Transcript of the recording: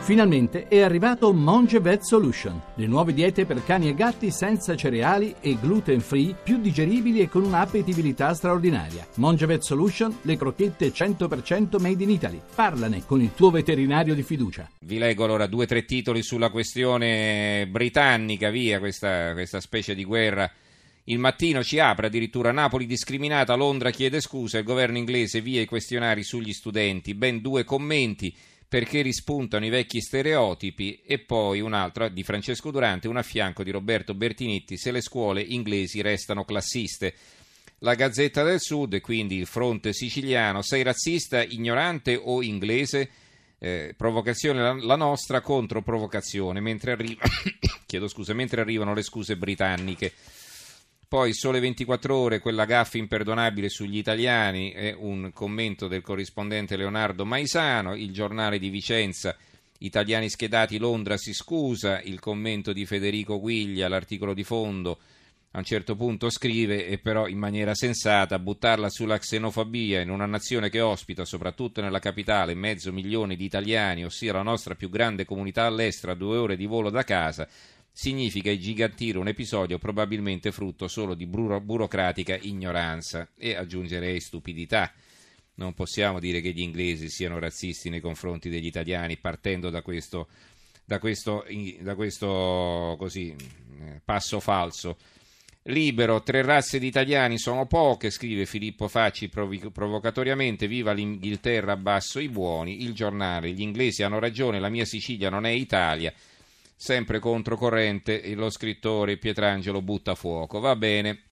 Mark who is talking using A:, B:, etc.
A: Finalmente è arrivato Monge Vet Solution, le nuove diete per cani e gatti senza cereali e gluten free, più digeribili e con un'appetibilità straordinaria. Monge Vet Solution, le crocchette 100% made in Italy. Parlane con il tuo veterinario di fiducia.
B: Vi leggo allora 2 o 3 titoli sulla questione britannica, via questa specie di guerra. Il Mattino ci apre, addirittura Napoli discriminata, Londra chiede scusa, il governo inglese via i questionari sugli studenti, ben 2 commenti. Perché rispuntano i vecchi stereotipi, e poi un'altra di Francesco Durante, un a fianco di Roberto Bertinetti, se le scuole inglesi restano classiste. La Gazzetta del Sud, quindi il fronte siciliano, sei razzista, ignorante o inglese? Provocazione la nostra contro provocazione, mentre arrivano le scuse britanniche. Poi Sole 24 Ore, quella gaffa imperdonabile sugli italiani, è un commento del corrispondente Leonardo Maisano. Il Giornale di Vicenza, italiani schedati, Londra si scusa, il commento di Federico Guiglia, l'articolo di fondo a un certo punto scrive, e però in maniera sensata, buttarla sulla xenofobia in una nazione che ospita, soprattutto nella capitale, 500.000 di italiani, ossia la nostra più grande comunità all'estero, a 2 ore di volo da casa, significa ingigantire un episodio probabilmente frutto solo di burocratica ignoranza, e aggiungerei stupidità. Non possiamo dire che gli inglesi siano razzisti nei confronti degli italiani partendo da questo così passo falso. Libero, 3 razze di italiani sono poche, scrive Filippo Facci provocatoriamente, viva l'Inghilterra, abbasso i buoni. Il Giornale, gli inglesi hanno ragione, la mia Sicilia non è Italia. Sempre controcorrente, lo scrittore Pietrangelo Buttafuoco. Va bene.